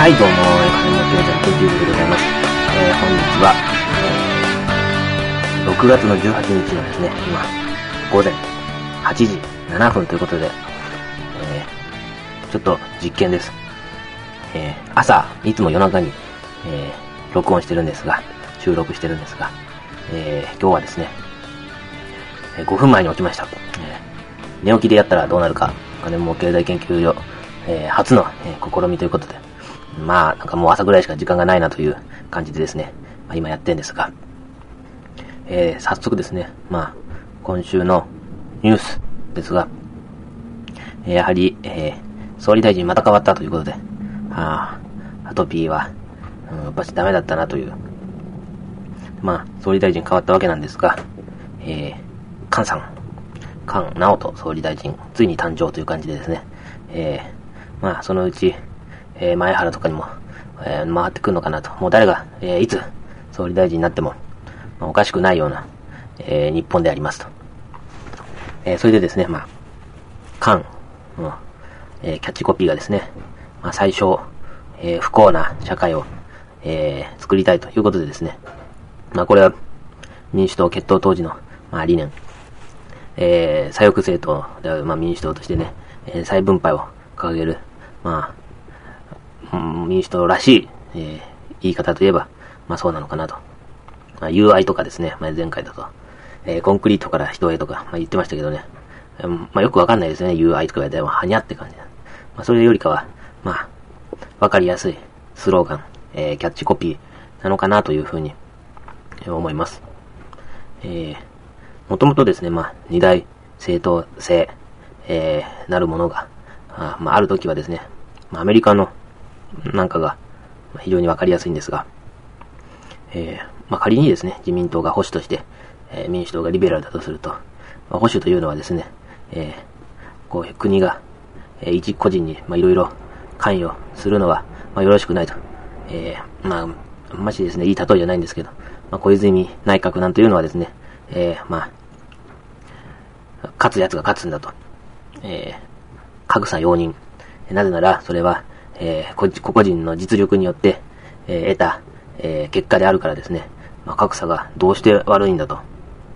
はい、どうも、金の経済研究部でございます。本日は、6月の18日のですね、今、午前8時7分ということで、ちょっと実験です。朝、いつも夜中に、録音してるんですが、収録してるんですが、今日はですね、5分前に起きました。寝起きでやったらどうなるか、金も経済研究所、初の、試みということで、まあ、なんかもう朝ぐらいしか時間がないなという感じでですね、今やってるんですが、早速ですね、今週のニュースですが、やはり、総理大臣また変わったということで、アトピーは、やっぱしダメだったなという、総理大臣変わったわけなんですが、菅直人総理大臣、ついに誕生という感じでですね、そのうち、前原とかにも、回ってくるのかなと。もう誰が、いつ総理大臣になっても、おかしくないような、日本でありますと。それでですね、菅の、キャッチコピーがですね、最小、不幸な社会を、作りたいということでですね、これは民主党結党当時の、理念、左翼政党である、民主党としてね、再分配を掲げる、民主党らしい、言い方といえば、そうなのかなと。友愛とかですね、前回だと、コンクリートから人へとか、言ってましたけどね、よくわかんないですよね、友愛とか言われても、はにゃって感じだ。それよりかは、わかりやすいスローガン、キャッチコピーなのかなというふうに、思います。もともとですね、二大政党制、なるものが、ある時はですね、アメリカのなんかが非常にわかりやすいんですが、仮にですね、自民党が保守として、民主党がリベラルだとすると、保守というのはですね、こう国が、一個人にいろいろ関与するのは、よろしくないと。ましですね、いい例えじゃないんですけど、小泉内閣なんていうのはですね、勝つ奴が勝つんだと。格差容認。なぜなら、それは、個々人の実力によって、得た、結果であるからですね、格差がどうして悪いんだと。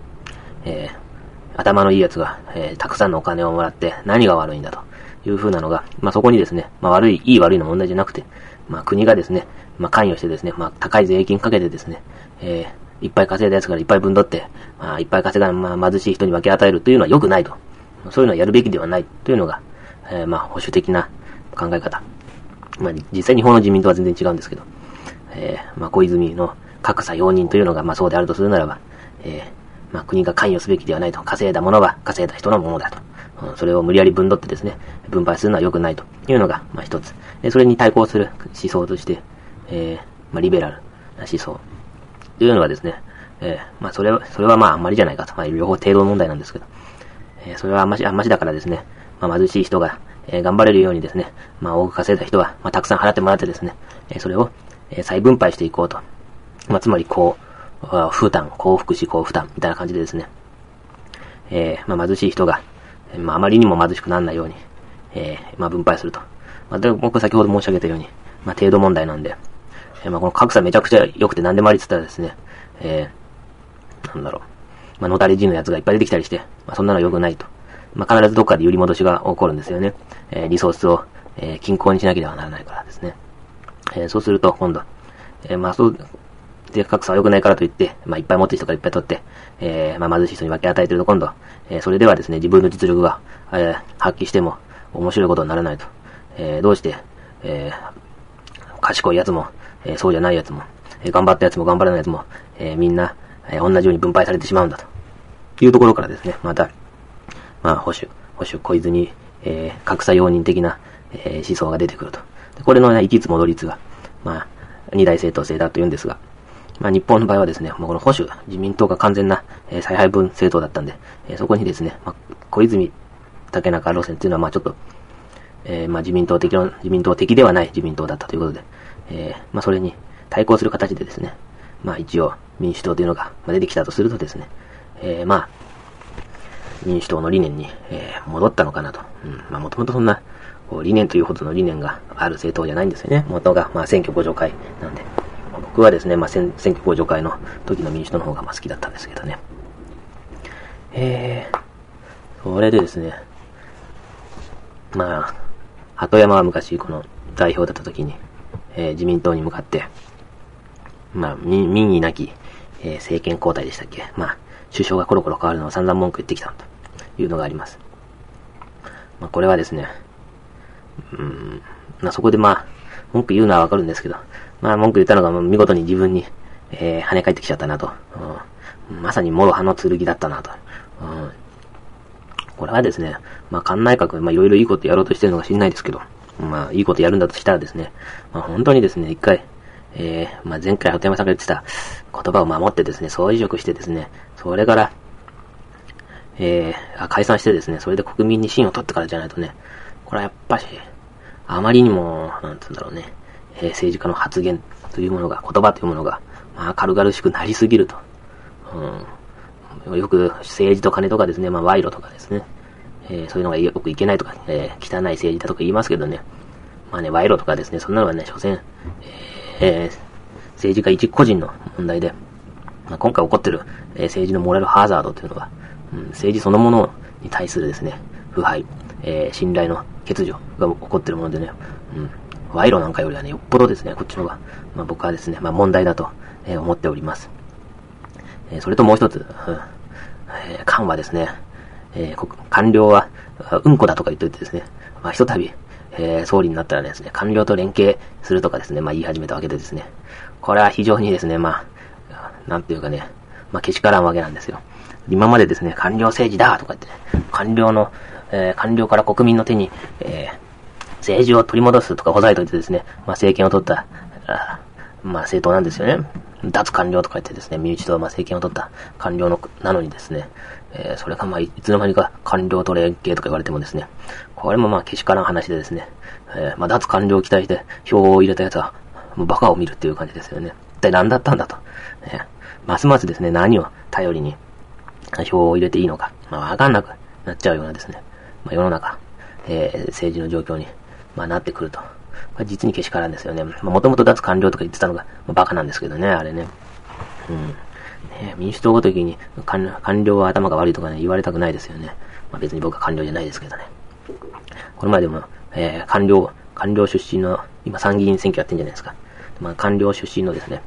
頭のいい奴が、たくさんのお金をもらって何が悪いんだという風なのが、そこにですね、いい悪いの問題じゃなくて、国がですね、関与してですね、高い税金かけてですね、いっぱい稼いだやつからいっぱい分取って、いっぱい稼が貧しい人に分け与えるというのは良くないと。そういうのはやるべきではないというのが、保守的な考え方。実際日本の自民党は全然違うんですけど、小泉の格差容認というのが、そうであるとするならば、国が関与すべきではないと。稼いだものは稼いだ人のものだと。それを無理やり分取ってですね、分配するのは良くないというのが、一つ。それに対抗する思想として、リベラルな思想というのがですね、それはあんまりじゃないかと。両方程度問題なんですけど、それはあんましだからですね、貧しい人が、頑張れるようにですね、多く稼いだ人は、たくさん払ってもらってですね、それを、再分配していこうと。つまり、高福祉、高負担、みたいな感じでですね、貧しい人が、あまりにも貧しくならないように、分配すると。で僕先ほど申し上げたように、程度問題なんで、この格差めちゃくちゃ良くて何でもありって言ったらですね、のたれ死ぬやつがいっぱい出てきたりして、そんなの良くないと。必ずどっかで揺り戻しが起こるんですよね。リソースを、均衡にしなければならないからですね。そうすると、今度、そうで、格差は良くないからといって、いっぱい持ってる人からいっぱい取って、貧しい人に分け与えてると今度、それではですね、自分の実力が、発揮しても面白いことにならないと。どうして、賢いやつも、そうじゃないやつも、頑張ったやつも頑張らないやつも、みんな、同じように分配されてしまうんだと。いうところからですね、また、保守、小泉、格差容認的な、思想が出てくると。これの行きつ戻りつが、二大政党制だと言うんですが、日本の場合はですね、この保守、自民党が完全な、再配分政党だったんで、そこにですね、小泉、竹中路線っていうのはちょっと、自民党的ではない自民党だったということで、それに対抗する形でですね、一応民主党というのが出てきたとするとですね、民主党の理念に、戻ったのかなと。もともとそんな理念というほどの理念がある政党じゃないんですよね。元が、選挙互助会なんで。僕はですね、選挙互助会の時の民主党の方が好きだったんですけどね。それでですね、鳩山は昔この代表だった時に、自民党に向かって、民意なき、政権交代でしたっけ。首相がコロコロ変わるのを散々文句言ってきたというのがあります。これはですね、そこで文句言うのはわかるんですけど、文句言ったのが見事に自分に、跳ね返ってきちゃったなと。まさに諸刃の剣だったなと。これはですね、菅内閣、いろいろいいことやろうとしてるのか知んないですけど、いいことやるんだとしたらですね、本当にですね、一回、前回鳩山さんが言ってた言葉を守ってですね、総辞職してですね、それから、解散してですね、それで国民に信を取ってからじゃないとね、これはやっぱし、あまりにも、政治家の発言というものが、言葉というものが、軽々しくなりすぎると。よく政治と金とかですね、賄賂とかですね、そういうのがよくいけないとか、汚い政治だとか言いますけどね、賄賂とかですね、そんなのはね、所詮、政治家一個人の問題で、今回起こってる、政治のモラルハザードというのは、政治そのものに対するですね、腐敗、信頼の欠如が起こってるものでね、賄賂なんかよりはね、よっぽどですね、こっちの方が、僕はですね、問題だと、思っております。それともう一つ、官はですね、官僚は、うんこだとか言っといてですね、ひとたび、総理になったらですね、官僚と連携するとかですね、言い始めたわけでですね、これは非常にですね、なんていうかね、けしからんわけなんですよ。今までですね、官僚政治だとか言ってね、官僚から国民の手に、政治を取り戻すとかほざいといてですね、政権を取った、政党なんですよね。脱官僚とか言ってですね、民主党は政権を取った官僚なのにですね、それがいつの間にか官僚と連携とか言われてもですね、これもけしからん話でですね、脱官僚を期待して票を入れたやつは、バカを見るっていう感じですよね。一体何だったんだと。ますますですね、何を頼りに票を入れていいのか、わかんなくなっちゃうようなですね、世の中、政治の状況に、なってくると。これ実にけしからんですよね。もともと脱官僚とか言ってたのが、バカなんですけどね、あれね。民主党ごときに官僚は頭が悪いとかね、言われたくないですよね。別に僕は官僚じゃないですけどね。これまでも、官僚出身の、今参議院選挙やってんじゃないですか。官僚出身のですね、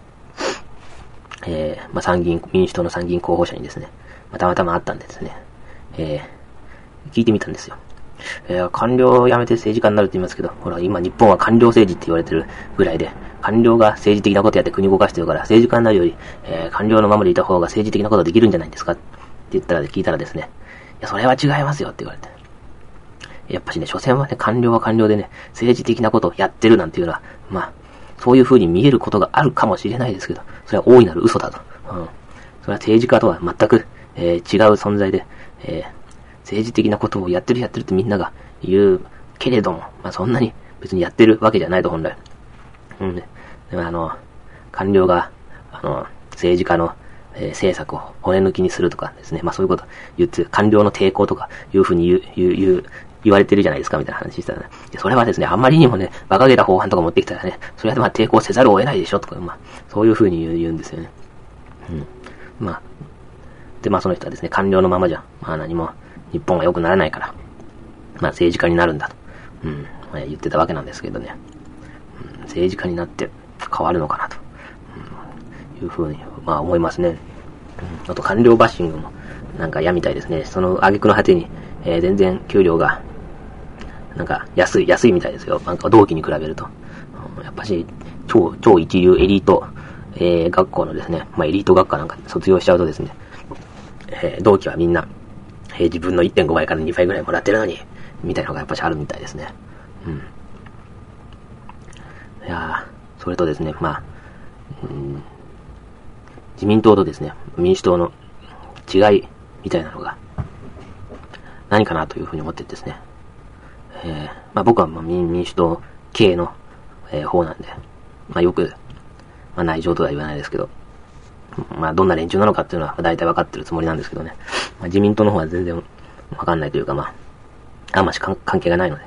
民主党の参議院候補者にですね、たまたまあったんでですね、聞いてみたんですよ。官僚を辞めて政治家になるって言いますけど、ほら、今日本は官僚政治って言われてるぐらいで、官僚が政治的なことやって国動かしてるから、政治家になるより、官僚のままでいた方が政治的なことできるんじゃないですかって聞いたらですね、いや、それは違いますよって言われて。やっぱしね、所詮はね、官僚は官僚でね、政治的なことをやってるなんていうのは、そういう風に見えることがあるかもしれないですけど、それは大いなる嘘だと。それは政治家とは全く、違う存在で、政治的なことをやってるってみんなが言うけれども、そんなに別にやってるわけじゃないと本来。でも官僚が、政治家の、政策を骨抜きにするとかですね、そういうこと言って、官僚の抵抗とかいうふうに言われてるじゃないですかみたいな話したらね。それはですね、あんまりにもね、馬鹿げた法案とか持ってきたらね、それは抵抗せざるを得ないでしょとか、そういうふうに言うんですよね。で、その人はですね、官僚のままじゃ、何も日本が良くならないから、政治家になるんだと、言ってたわけなんですけどね。政治家になって変わるのかなと、いうふうに、思いますね。あと官僚バッシングもなんか嫌みたいですね。その挙句の果てに、全然給料がなんか安いみたいですよ。同期に比べると、やっぱし超一流エリート、学校のですね、エリート学科なんか卒業しちゃうとですね、同期はみんな、自分の 1.5 倍から2倍ぐらいもらってるのにみたいなのがやっぱしあるみたいですね。いやー、それとですね、自民党とですね、民主党の違いみたいなのが何かなというふうに思ってですね、僕は民主党系の、方なんで、よく、内情とは言わないですけど、どんな連中なのかっていうのは大体分かってるつもりなんですけどね、自民党の方は全然分かんないというか、あんまし関係がないので、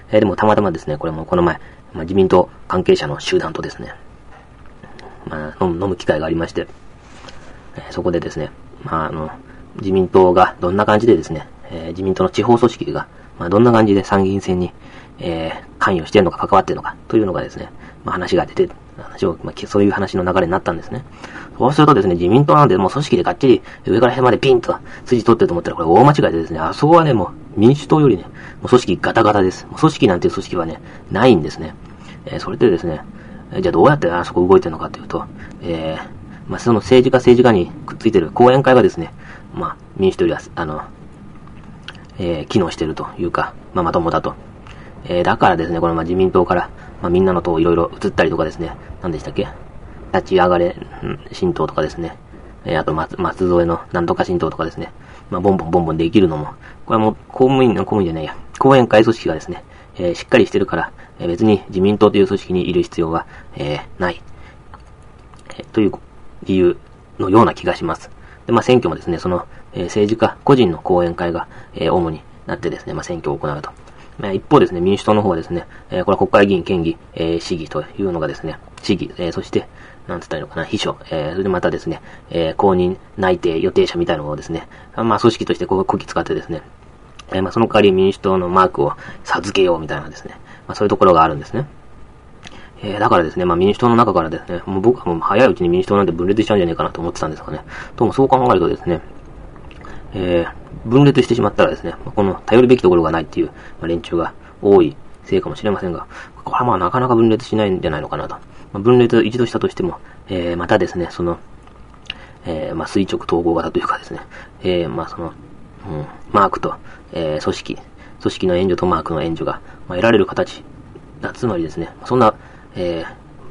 でもたまたまですね、これもこの前、自民党関係者の集団とですね、飲む機会がありまして、そこでですね、自民党がどんな感じでですね、自民党の地方組織が、どんな感じで参議院選に、関与しているのか関わっているのかというのがですね、話が出て、そういう話の流れになったんですね。そうするとですね、自民党なんでもう組織でがっちり上から辺までピンと筋取ってると思ったらこれ大間違いでですね、あそこはね、もう民主党よりね、もう組織ガタガタです。もう組織なんていう組織はね、ないんですね。それでですね、じゃあどうやってあそこ動いてるのかというと、その政治家にくっついてる講演会がですね、民主党よりは、機能しているというか、まともだと。だからですね、この自民党から、みんなの党いろいろ移ったりとかですね、何でしたっけ？立ち上がれ新党とかですね、あと松添のなんとか新党とかですね、ボンボンできるのも、これはもう公務員じゃないや、講演会組織がですね、しっかりしてるから、別に自民党という組織にいる必要は、ない、という理由のような気がします。で、選挙もですね、その、政治家個人の講演会が、主になってですね、選挙を行うと。一方ですね、民主党の方はですね、これは国会議員権議、市議というのがですね、市議、そして、なんつったらいいのかな、秘書、それでまたですね、公認内定予定者みたいなのをですね、組織としてこき使ってですね、その代わり民主党のマークを授けようみたいなですね、そういうところがあるんですね。だからですね、民主党の中からですね、もう僕はもう早いうちに民主党なんて分裂しちゃうんじゃないかなと思ってたんですがね、どうもそう考えるとですね、分裂してしまったらですね、この頼るべきところがないっていう、連中が多いせいかもしれませんが、これはなかなか分裂しないんじゃないのかなと。分裂一度したとしても、またですね、その、垂直統合型というかですね、その、マークと、組織の援助とマークの援助が、得られる形、つまりですね、そんな、5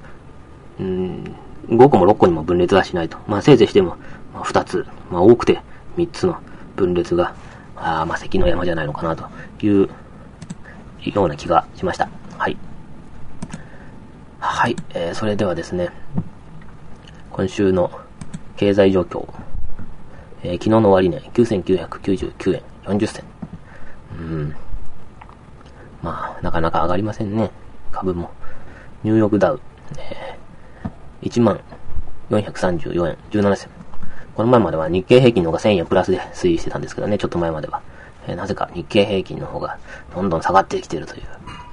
個も6個にも分裂はしないと。せいぜいしても、2つ、多くて3つの分裂が、関の山じゃないのかなというような気がしました。はい。はい、それではですね、今週の経済状況、昨日の終値、9999円40銭。なかなか上がりませんね。株も。ニューヨークダウ、1434円17銭。この前までは日経平均の方が1000円プラスで推移してたんですけどね、ちょっと前までは。なぜか日経平均の方がどんどん下がってきているという。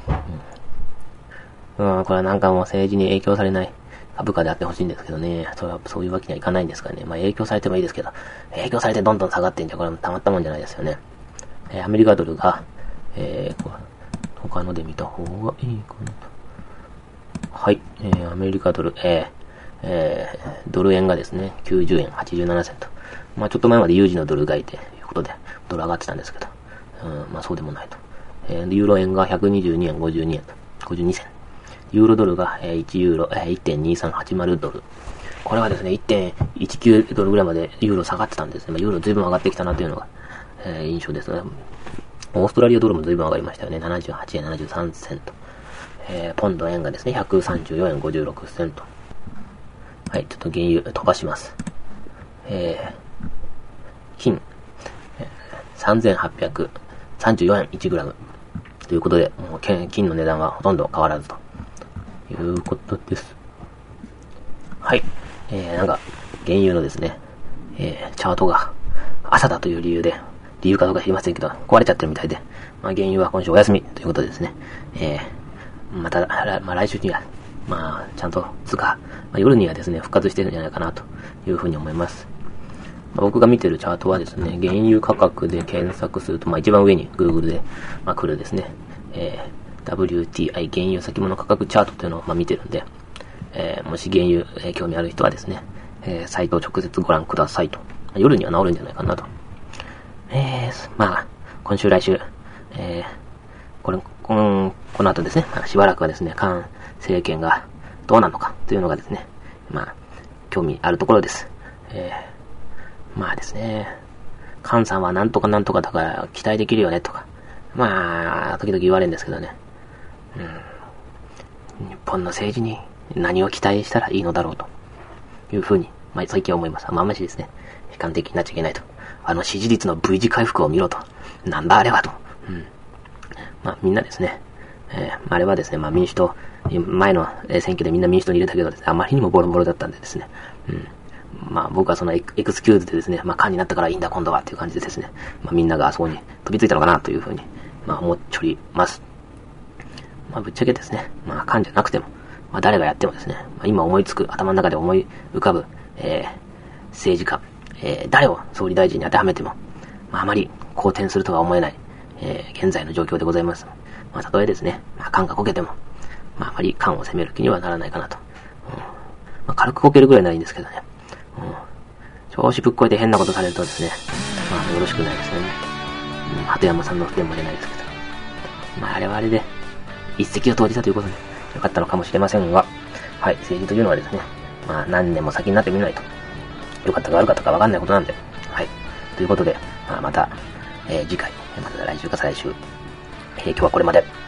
これはなんかもう政治に影響されない株価であってほしいんですけどね、そういうわけにはいかないんですからね。影響されてもいいですけど、影響されてどんどん下がってんじゃ、これもたまったもんじゃないですよね。アメリカドルが、他ので見た方がいいかなと。はい、アメリカドル、ドル円がですね、90円87銭と。ちょっと前まで有事のドル買いということで、ドル上がってたんですけど、そうでもないと。ユーロ円が122円52円と、52銭。ユーロドルが、1ユーロ、1.2380 ドル。これはですね、1.19 ドルぐらいまでユーロ下がってたんですね。ユーロ随分上がってきたなというのが、印象ですね。オーストラリアドルも随分上がりましたよね。78円73銭と。ポンド円がですね、134円56銭と。はい、ちょっと原油飛ばします。金、3834円1グラム。ということで、もう金の値段はほとんど変わらずということです。はい。なんか、原油のですね、チャートが朝だという理由かどうか知りませんけど、壊れちゃってるみたいで、原油は今週お休みということでですね、また、来週には、ちゃんと夜にはですね、復活してるんじゃないかなというふうに思います。僕が見てるチャートはですね、原油価格で検索すると、一番上に Google で、来るですね、WTI 原油先物価格チャートというのを見てるんで、もし原油、興味ある人はですね、サイトを直接ご覧くださいと。夜には治るんじゃないかなと。今週来週、この後ですね、しばらくはですね、菅政権がどうなのかというのがですね、興味あるところです。ですね、菅さんはなんとかなんとかだから期待できるよねとか、時々言われるんですけどね、日本の政治に何を期待したらいいのだろうというふうに、最近は思います。あんましですね、悲観的になっちゃいけないと。支持率の V 字回復を見ろと。なんだあれはと。みんなですね、 あれはですね、民主党、前の選挙でみんな民主党に入れたけどですね、あまりにもボロボロだったんでですね、僕はそのエクスキューズでですね、官になったからいいんだ今度はっていう感じでですね、みんながあそこに飛びついたのかなというふうに、思っております。ぶっちゃけですね、官じゃなくても、誰がやってもですね、今思いつく、頭の中で思い浮かぶ、政治家、誰を総理大臣に当てはめても、あまり好転するとは思えない、現在の状況でございます。たとえですね、官がこけても、あまり官を責める気にはならないかなと。軽くこけるぐらいならいいんですけどね。調子ぶっこいて変なことされるとですね、よろしくないですよね。鳩山さんの不便も出ないですけど。あれはあれで、一石を投じたということで、よかったのかもしれませんが、はい、政治というのはですね、何年も先になってみないと、よかったか悪かったか分かんないことなんで、はい。ということで、また、次回、また来週か再来週、今日はこれまで。